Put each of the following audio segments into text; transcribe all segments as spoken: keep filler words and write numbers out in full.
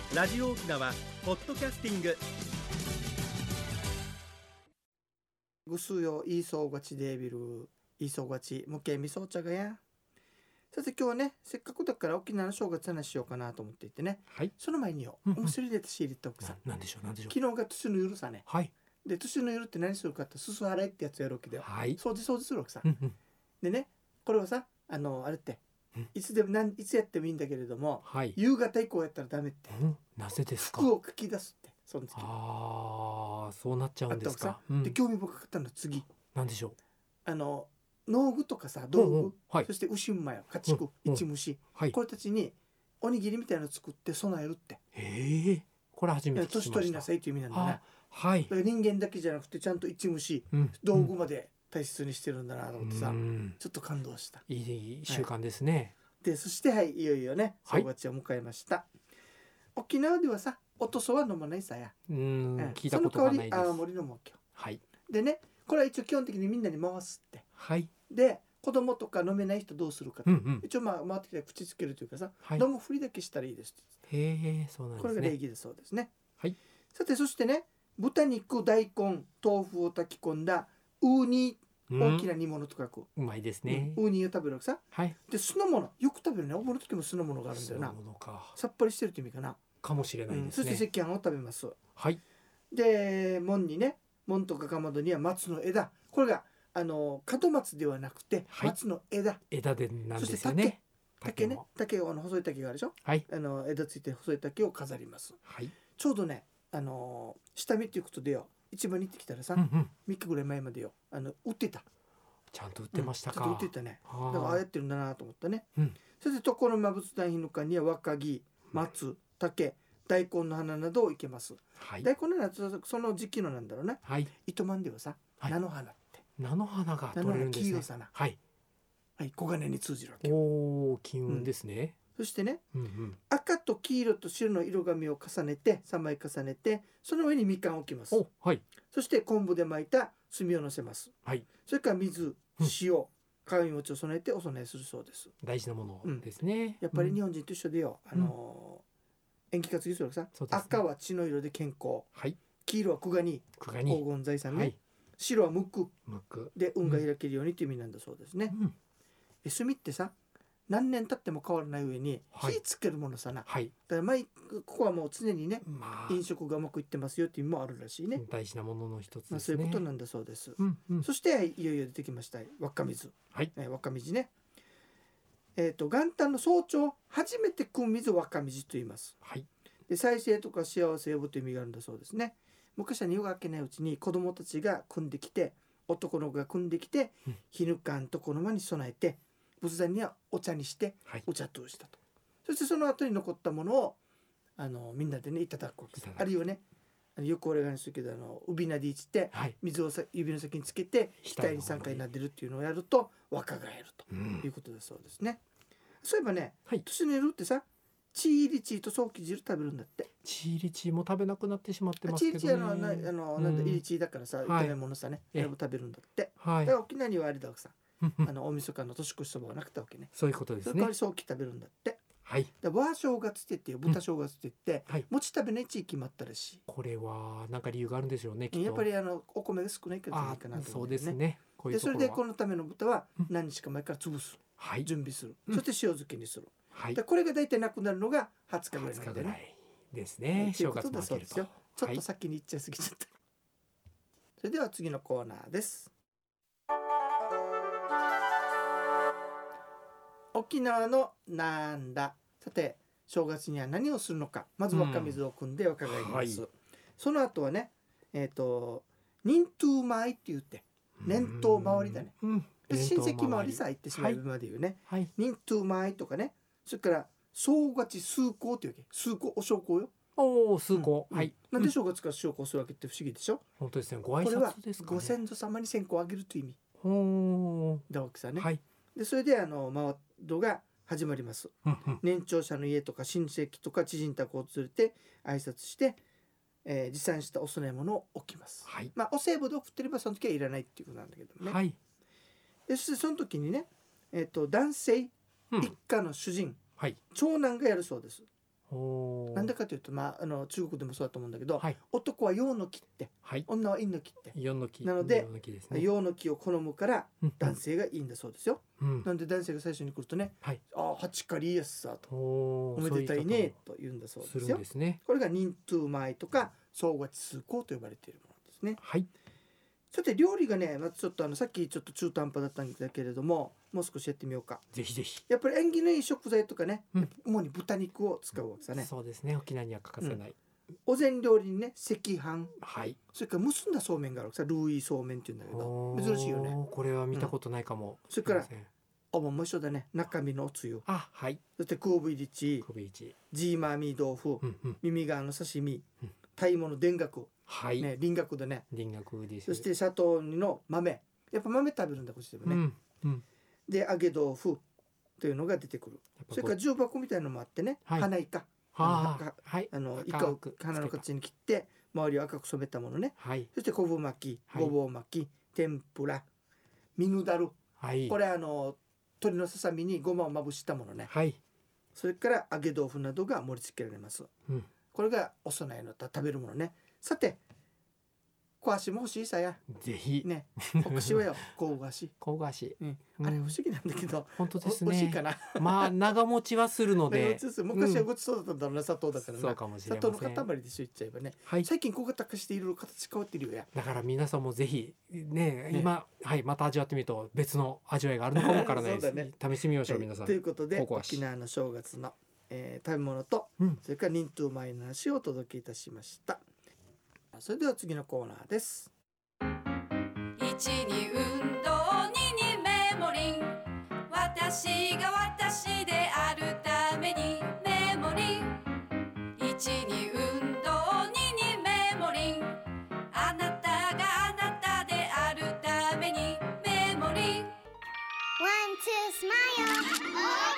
ラジオ沖縄ポッドキャスティングぐすよいいそうがちでビルいいそうがちむけみそうちゃがや。さて今日はねせっかくだから沖縄の正月話しようかなと思っていてね、 はい。 その前によ、 うんうん面白いで私入れておくさ。 ななんでしょうなんでしょう。 昨日が年の夜さね。 はいで年の夜って何するかってすす払いってやつやるわけだよ。 はい。 掃除掃除するわけさ。 うんうん。 でねこれはさあのあれってうんいつでもなんいつやってもいいんだけれども、 はい。 夕方以降やったらダメって、 うんなぜですか。 服をかき出すってその時ああそうなっちゃうんですあったわか。うんで興味深かったのは次なんでしょう。 あの農具とかさ道具、 うんうんはいそして牛馬よ家畜、 うんうん一虫、 はい。 これたちにおにぎりみたいなの作って備えるって、 へえこれ初めて聞きました。 年取りなさいという意味なんだね。 あはいだ。から人間だけじゃなくてちゃんと一虫うん道具まで大切にしてるんだなと思ってさ、 うんちょっと感動した。 いい習慣ですね。 でそしてはいいよいよねはい正月を迎えました、沖縄ではさおとそは飲まないさや、 うーうんん聞いたことがないです。 その代わり青森のも今はい日でねこれは一応基本的にみんなに回すってはい。 で子供とか飲めない人どうするかと、 うんうん一応まあ回ってきたら口つけるというかさ、 はい。 飲むふりだけしたらいいですってへえそうなんこですね。 れが礼儀だそうですね。 はい。 さてそしてね豚肉大根豆腐を炊き込んだウーニうんー大きな煮物とかこうまいですう、 ね。 うんウーニーを食べるわけさ。 はい。 で酢の物よく食べるねお盆の時も酢の物があるんだよな。 そうなのかさっぱりしてるって意味かな、 かもしれなうん、 いですね。 そして赤飯を食べます。 はい。 で門にね門とかかまどには松の枝これがあの門松ではなくてはい松の枝、 枝でなんですよそしてね。 竹ねも竹をあの細い竹があるでしょ、 はいあの枝ついて細い竹を飾ります。 はい。 ちょうどねあの下見っていうことでよ市場に行ってきたらさ、 うんうん。 みっかぐらい前までよあの売ってたちゃんと売ってましたか。 うんちょっと売ってたね。 はだからああやってるんだなと思ったね、 うんそして所魔仏壇品の間には若木松竹大根の花などを生けます。 はい。 大根の花はその時期のなんだろうな。 はい。 糸満ではさ、 はい菜の花って菜の花が取れるんですね菜の花黄色。さな、 はい。 はい、黄金に通じるわけよ。 おお、金運ですね。 そしてねうんうん。 赤と黄色と白の色紙を重ねてさんまい重ねてその上にみかんを置きます。 お、はい。 そして昆布で巻いた炭を乗せます。 はい。 それから水うん塩鏡餅を備えてお供えするそうです。 大事なものですね。 やっぱり日本。 本人と一緒でよ、あのー、縁起担ぎするわけさ、 そうですね赤は血の色で健康、 はい。 黄色は久我に九がに。 黄金財産ね、 はい。 白は無垢むく。 で運が開けるようにという意味なんだそうですね。 うん。 え炭ってさ何年経っても変わらない上にはい火つけるものさな、 はい。 だから毎ここはもう常にねまあ飲食がうまくいってますよっていう意味もあるらしいね、 大事なものの一つまあ、 ですね。 そういうことなんだそうです。 うんうん。 そしていよいよ出てきました輪っか水、 はい。 えー、輪っか水ねえっ、と元旦の早朝初めて汲む水を輪っか水と言います。 はい。 で再生とか幸せを呼ぶという意味があるんだそうですね。昔は夜が明けないうちに子供たちが組んできて男の子が組んできてうん日ぬかんとこの間に備えて仏壇にはお茶にしてはい。 お茶としたと。そしてその後に残ったものをあのみんなでねいただくわけですいただ。くあるいはねあのよく俺がにするけどあのウビナディーチってはい。 水をさ指の先につけて額にさんかい撫でるっていうのをやると若返るとうんいうことだそうですね。そういえばね、 はい年の夜ってさチーリチーとソーキ汁食べるんだって。 チーリチーも食べなくなってしまってますチーリけどね。 チーはあのなあのなんだうんイリチーだからさはい炒め物さね、 ええあれも食べるんだって。 はいだか。ら沖縄にはあれだわけさうんうんあの大晦日の年越しそばはなくたわけね。 そういうことですねそれ代わり。ソーキ食べるんだって。 はい。 で和正月って言ってよ豚正月って言って、 はい。 餅食べない地域もあったらしこれはなんか理由があるんでしょうね。きっい。 とやっぱりあのお米が少ないからじゃなあいかなとそう思うんだよね。 ですね。こういうでそところはれでこのための豚はうん何日か前から潰す、 はい。 準備する、 うんそして塩漬けにする。 はいで。これが大体なくなるのがはつかぐらい 20 なんでね。 日ぐらいですね。正ということだ月も明けるとそうですよ。。ちょっはいと先に行っちゃいすぎちゃった。それでは次のコーナーです。沖縄のなんだ。さて正月には何をするのか。まず輪っか水を汲んで若返ります。 はいその後はね、えっ、と忍冬舞って言って年頭回りだね。 うん。 で親戚回りさい。 言ってしまえばまで言うね。 はい。 忍冬舞とかね。それから正月数行っていうわけ。数行お正行よ。 おお、数個。 うんはい。 なんでうん正月から正行するわけって不思議でしょ。 本当ですね。ご挨これは拶ですかね。 ご先祖様に線香をあげるという意味ほだわけさね。 ーはい。 でそれであの回るが始まります。 うんうん年長者の家とか親戚とか知人宅を連れて挨拶して、えー持参したお供え物を置きます。 はい。 まあお歳暮で送ってればその時はいらないっていうことなんだけどね。 はい。 でそしてその時にね、えっ、と男性うん一家の主人、 はい。 長男がやるそうです。 おーなんでかというと、まあ、あの中国でもそうだと思うんだけど、 はい男は陽の木ってはい女は陰の木って、 四の木なので四の木ですね。 陽の木を好むからうん男性がいいんだそうですよ。 うんなんで男性が最初に来るとね、 はいああ八狩りやすさとおーおめでたいねと言うんだそうそういうですよ。 方もするんですね。 これが忍冬米とか正月通行と呼ばれているものですね。 はいさて料理がね、まあ、ちょっとあのさっきちょっと中途半端だったんだけれども、もう少しやってみようか。 ぜひぜひ。 やっぱり縁起のいい食材とかね、 うん主に豚肉を使うわけさね。 そうですね。沖縄には欠かせない。 お膳料理にね赤飯、 はい。 それから結んだそうめんがあるわけさ、ルーイそうめんっていうんだけどおー珍しいよね。 これは見たことないかも。 それからすいませんお盆も一緒だね。中身のおつゆ、 あはい。 そして昆布入りち、 コビイチ。 ジーマーミー豆腐、 うんうん。 耳がの刺身うん、 タイもの田楽、 はい。 ね、輪郭でね、 輪郭です。 そして砂糖煮の豆、やっぱ豆食べるんだこっちでもね、 うんうん。 で揚げ豆腐というのが出てくる。 やっぱそれから重箱みたいなのもあってね、 はい花イカ、 はあのあはい。 あのイ赤カをく花のつけた形に切って周りを赤く染めたものね、 はいそして昆布巻き、 はいごぼう巻き、天ぷら、ミヌダル、 はい。 これあの鶏のささみにごまをまぶしたものね、 はい。 それから揚げ豆腐などが盛り付けられます。 うん。 これがお供えの食べるものね。さて小足も欲しいさやぜひ。 ね、お串はよ香足、 香ばしい。 うん、 うんあれ不思議なんだけど、 本当ですねお欲しいか。な。 まあ長持ちはするので。 昔はごちそうだったんだろうな、砂糖だからな。 そうかもしれ砂ません。 糖の塊でしょ言っちゃえばね。 はい。 最近小型化していろいろ形変わってるよや。 だから皆さんもぜひねね今はいまた味わってみると別の味わいがあるのかもわからないです。 そうだね試してみましょうはい皆さんとい。うことでココアシ沖縄の正月の、えー食べ物とうん。 それから忍冬米の話をお届けいたしました。それでは次のコーナーです。 一に運動二にメモリン私が私であるためにメモリン一に運動二にメモリンあなたがあなたであるためにメモリン One, two, smile.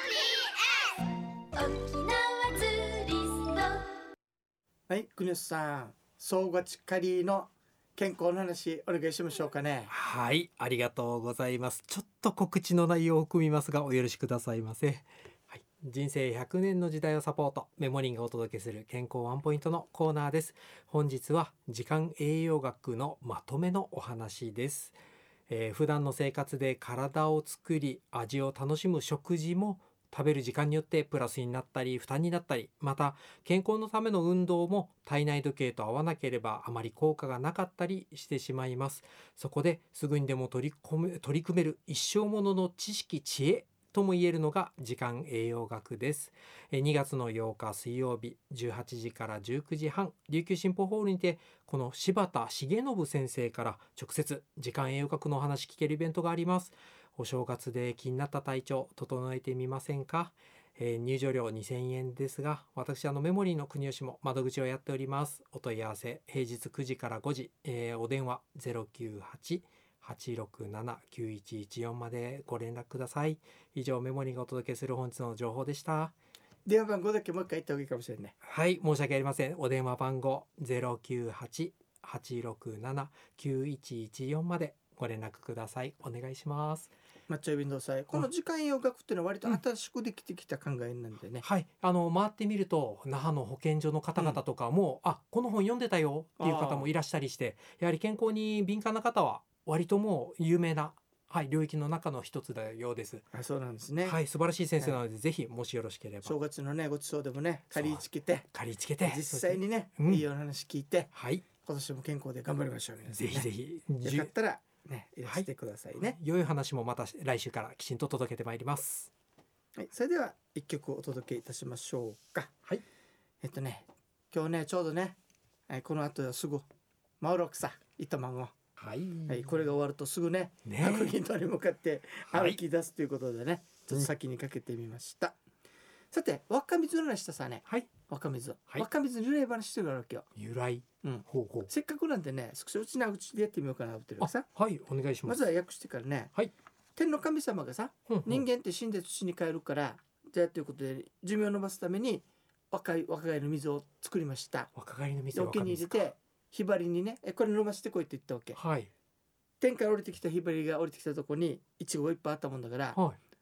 沖縄ツーリストはい、国吉さん、総勝狩りの健康の話お願いしましょうかね。 はいありがとうございます。ちょっと告知の内容を含みますがお許しくださいませ。はい、人生ひゃくねんの時代をサポートメモリンがお届けする健康ワンポイントのコーナーです。本日は時間栄養学のまとめのお話です。えー普段の生活で体を作り味を楽しむ食事も食べる時間によってプラスになったり負担になったり、また健康のための運動も体内時計と合わなければあまり効果がなかったりしてしまいます。そこですぐにでも取り込め取り組める一生ものの知識知恵とも言えるのが時間栄養学です。えーにがつのようか水曜日じゅうはちじからじゅうくじはん琉球新報ホールにてこの柴田重信先生から直接時間栄養学のお話聞けるイベントがあります。お正月で気になった体調整えてみませんか。えー入場料にせんえんですが、私あのメモリーの国吉も窓口をやっております。お問い合わせ平日くじからごじ、えーお電話 ゼロきゅうはち はちろくなな きゅういちいちよん までご連絡ください。以上メモリーがお届けする本日の情報でした。 電話番号だけもう一回言った方がいいかもしれない。 はい申し訳ありません。お電話番号 ゼロきゅうはち はちろくなな きゅういちいちよん までご連絡ください。お願いします。 抹茶便動祭、この時間栄養学っていうのは割と新しくできてきた考えなんでね。 はい、あの回ってみると那覇の保健所の方々とかも、あこの本読んでたよっていう方もいらっしゃりして、やはり健康に敏感な方は割ともう有名な、はい、領域の中の一つだようです。 あ、そうなんですね。 はい、素晴らしい先生なので、ぜひもしよろしければ正月のねごちそうでもね借りつけて借りつけて実際にね、 うんいいような話聞いてはい今年も健康で頑張りましょう皆さんぜね。 ひぜひよかったらねいらしてくださいね。 良い話もまた来週からきちんと届けてまいります。 はい、それでは一曲お届けいたしましょうか。 はい。 えっとね今日ねちょうどね、はいこの後はすぐマウロクサ糸満を、 はい、 はい、これが終わるとすぐねね白銀島に向かってはい歩き出すということでね、ちょっと先にかけてみました。さて湧水の話したさね、 はい湧水、 はい湧水の由来話してるわけよ。 由来、 うんほうほうせっかくなんでね少しうちなうちでやってみようかなと思ってるからさ、 あはいお願いしまますずは訳してからね、 はい天の神様がさうんうん人間って死んで土に帰るからじゃあということで寿命を伸ばすために若い若返りの水を作りました。 若返りので店桶に入れてひばりにねえこれ伸ばしてこいって言ったわけ。 はい天から降りてきたひばりが降りてきたとこにイチゴがいっぱいあったもんだからはい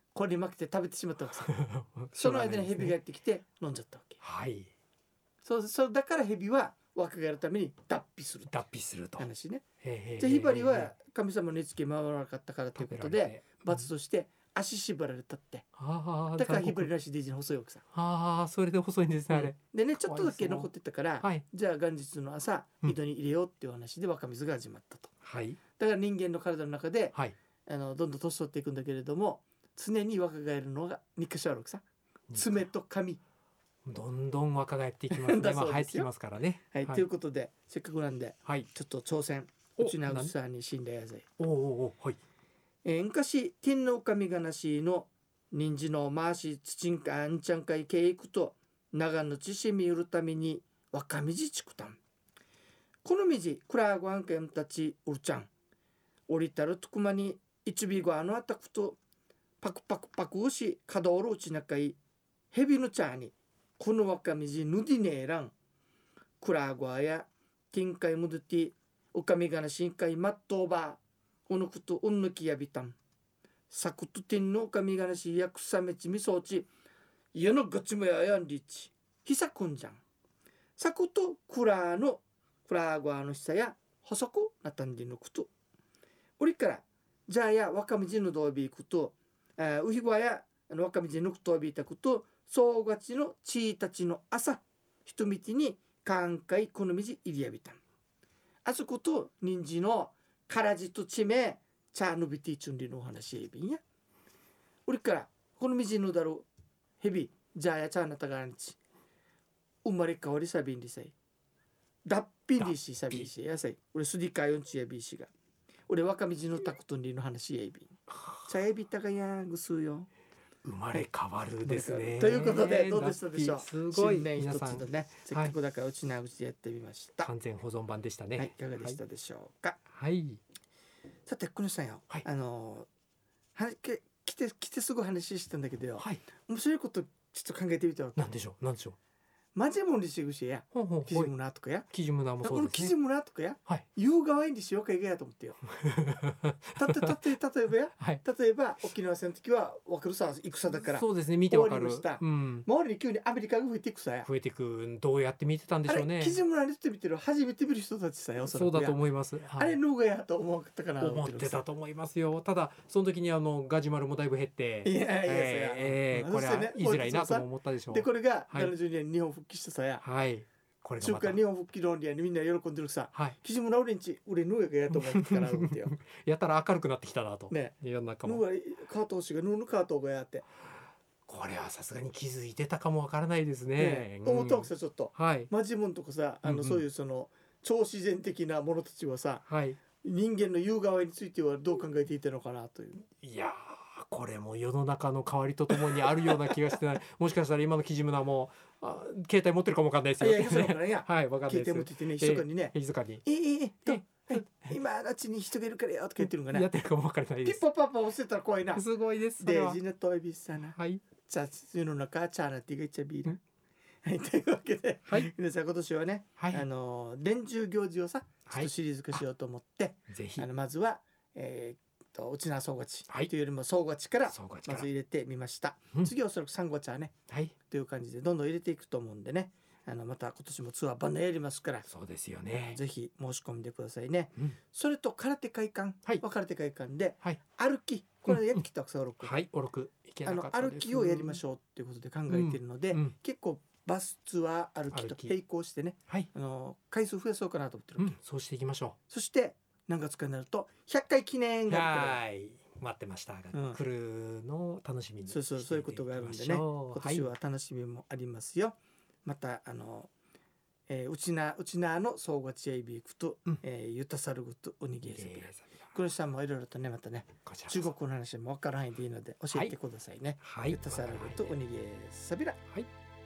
これに負けて食べてしまったわけさその間に蛇がやってきて飲んじゃったわけ。 はいそうそうだから蛇は若返るために脱皮する脱皮すると。 話ね。 へーへーへーじゃあヒバリは神様の絵付け回らなかったからということで食べられて罰として足縛られたってああだからヒバリ残酷らしいデジの細いわけさ。 ああそれで細いんですねあれ。 でねちょっとだけ残ってたからはいじゃあ元日の朝うん井戸に入れようっていう話で若水が始まったと。 はいだから人間の体の中ではい。 あのどんどん年取っていくんだけれども常に若返るのがに箇所あるわけさ。爪と髪。 どんどん若返っていきますね。 だまあそうですよ生えてきますからね。 はい、 はいということでせっかくなんではい。 ちょっと挑戦おうちなうちさんに死んだ野菜。 おーおーおーはい。 えー、昔天皇神がなしの人参の回し土んかあんちゃんかいけいくと長野ちしみ売るために若みじちくたんこのみじくらごあんけんたちうるちゃん降りたるとくまに一尾ごあのあたくとパクパクパクうしかどおるうちなかいヘビのちゃにこの若みじぬdiねえらんくらごあやてんかいむどておかみがなしんかいまっとうばこのことうんぬきやびたんさくと天皇神がなしやくさめちみそうち家のガチもややんりちひさくんじゃんさくとクラのクラーゴアのひさや細くなたんでのことおりからじゃあや若みじのどうびいくとうひごや若みじのくとびいたことそうがちのちいたちの朝ひとみてにかんかいこのみじいりやびたんあそこと人参のからじとちめチャーノビティチュンリのお話やいびんやおりからこのみじのだろうヘビじゃあやチャーナタガランチ生まれ変わりさびんりさい脱皮りしさびんしやさい俺スディカヨンチやびんしが俺若みじのタクトンリの話やいびんチャやびたがやぐすうよ生まれ変わるですね。 ということでどうでしたでしょう。 すごい新年一皆さんつのねせっかくだからうちなうちでやってみました、 完全保存版でしたね。 はい、いかがでしたでしょうか、 はい。 さて国さんよ、 はいあのはけ来て来てすぐ話したんだけどよ、 はい。 面白いことちょっと考えてみたわけ。 なんでしょう。なんでしょう。 マジモンリシグシやほうほうキジムナとかやキジムナもこそうですね。 のキジムナとかやはい。 言う側にしようかいけやと思ってよたってたって例えばやはい。 例えば沖縄戦の時は分かるさ戦だからそうですね。見てわかる終わりました。 うん。 周りに急にアメリカが増えていくさや増えていくどうやって見てたんでしょうねあれ。キジムナにって見てる初めて見る人たちさよそうだとう思います。はいあれのがやと思ったかな思ってたと思いますよ。ただその時にあのガジュマルもだいぶ減って、 いやいやいやえーえーこれは言いづらいなとも思ったでしょう。 でこれがはいななじゅうねんに日本復帰したさや、 はい。これが中また華日本復帰論理やにみんな喜んでるさはい。 キジムナ俺んち俺のがやと思ってたかなと思ってよやったら明るくなってきたなと。 ね世の中も。 ぬがカート氏がぬのカートがやってこれはさすがに気づいてたかもわからないですね。 ねうん思ったわけさちょっとはいマジモンとかさあのうんうんそういうその超自然的なものたちはさはい。 人間の言う側についてはどう考えていたのかなといういやーこれも世の中の変わりとともにあるような気がしてないもしかしたら今のキジムナもあ携帯持ってるかもわかんないですよ。 いやいやそうだからいやはいわかんないです。 聞いてもって言ってね密かにね静かに 「ええええとえはい今あっちに人がいるからよ」とか言ってるのがねやってるかもわからないです。 ピッポパパ押せたら怖いなすごいです。それはデージなトイビスさなはいチャツの中チャーナティがいっちゃビールうんはいというわけではい皆さん今年はねはいあの年中行事をさちょっはいとシリーズ化しようと思ってぜひあのまずはえーっとうちな総勝ちはいというよりも総勝ちからそうか力まず入れてみましたうん次はおそらく三勝ちはねはいという感じでどんどん入れていくと思うんでねあのまた今年もツアーバンドやりますからそうですよね。 ぜひ申し込んでくださいねうんそれと空手会館はい空手会館ではい歩きこれやってきた草六はいおろくいけあのなかったです。 歩きをやりましょうっていうことで考えているので、 うん結構バスツアー歩きと歩き並行してねはいあの回数増やそうかなと思ってるわけ、 うんそうしていきましょそして何月かになるとひゃっかい記念う。 があるからはい待ってましたが、 うん来るのを楽しみにそうそうそういうことがあるんでね今年は楽しみもありますよ、またあの、えー、うちなうちなの総合チエビークと、 うんえー、ユタサルグとおにぎりえーサビラ黒石さんもいろいろとねまたねこちらこそ中国語の話もわからないでいいので教えてくださいね、 はいユタサルグとおにぎりサビラはい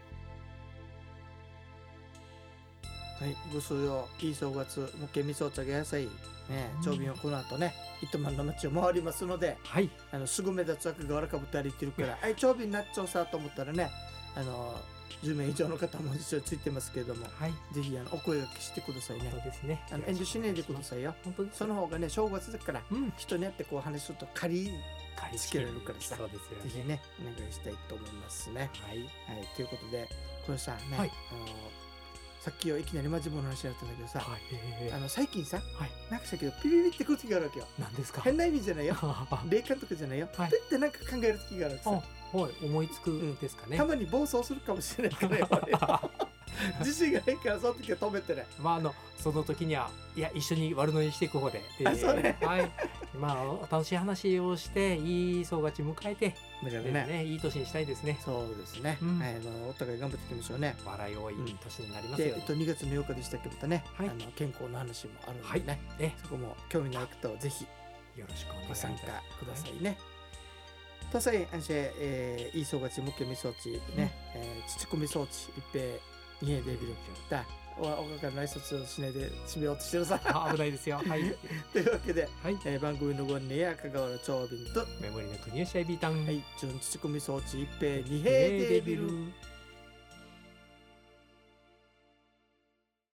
はい、ご数曜いい正月もっけみそうちゃげ野菜ねうん長瓶はこの後ね糸満の町を回りますのではいあのすぐ目立つ赤がわらかぶって歩いてるからあい長瓶になっちゃうさと思ったらねあのじゅうめい以上の方も一緒についてますけれども、 はい、 ぜひあのお声掛けしてくださいね。 そうですね。 あの遠慮しないでくださいよ。 本当です。 その方がね、正月だからうん、 人に会ってこう話すると借り借りつけられるからさ、 そうですよね。 ぜひねお願いしたいと思いますね。 はい。 はい、ということでこれさね、 はいあのさっきよいきなりマジモの話になったんだけどさ、 はい。えーあの最近さ、 はい。 なんかしたけどピピピってくる時があるわけよ。 何ですか。 変な意味じゃないよ。 は霊感とかじゃないよ。 はいピってなんか考える時があるわけさ。 い。思いつくですかね。 たまに暴走するかもしれないからよ俺自信がないからその時は止めてね。 まああのその時にはいや一緒に悪乗りしていく方で、えあそうねはい。まああの楽しい話をしていい総勝ち迎えて、 だからねね。 いい年にしたいですね。 そうですね。 うんはい、あのお互い頑張っていきましょうね。 笑い多い年になりますで、 ように。 えっとにがつのようかでしたけどね、 はいあの健康の話もあるのはいでね、 えそこも興味のある方はぜひよろしくお願いいごたします。 参加くださいね。とさえ、あんしえ、えー、いいそうがちむけみそうちね、えー、ちちこみそうち一平にへデビルだ。おおかからの挨拶をしないで締めようとしてるさ。 あ危ないですよ。はい。 というわけで、 はい。 えー、番組のご案内や香川の長瓶と、 メモリの国吉アイビータン。 はい、純ちちこみそうち一平二平ヘイデビル。 ル。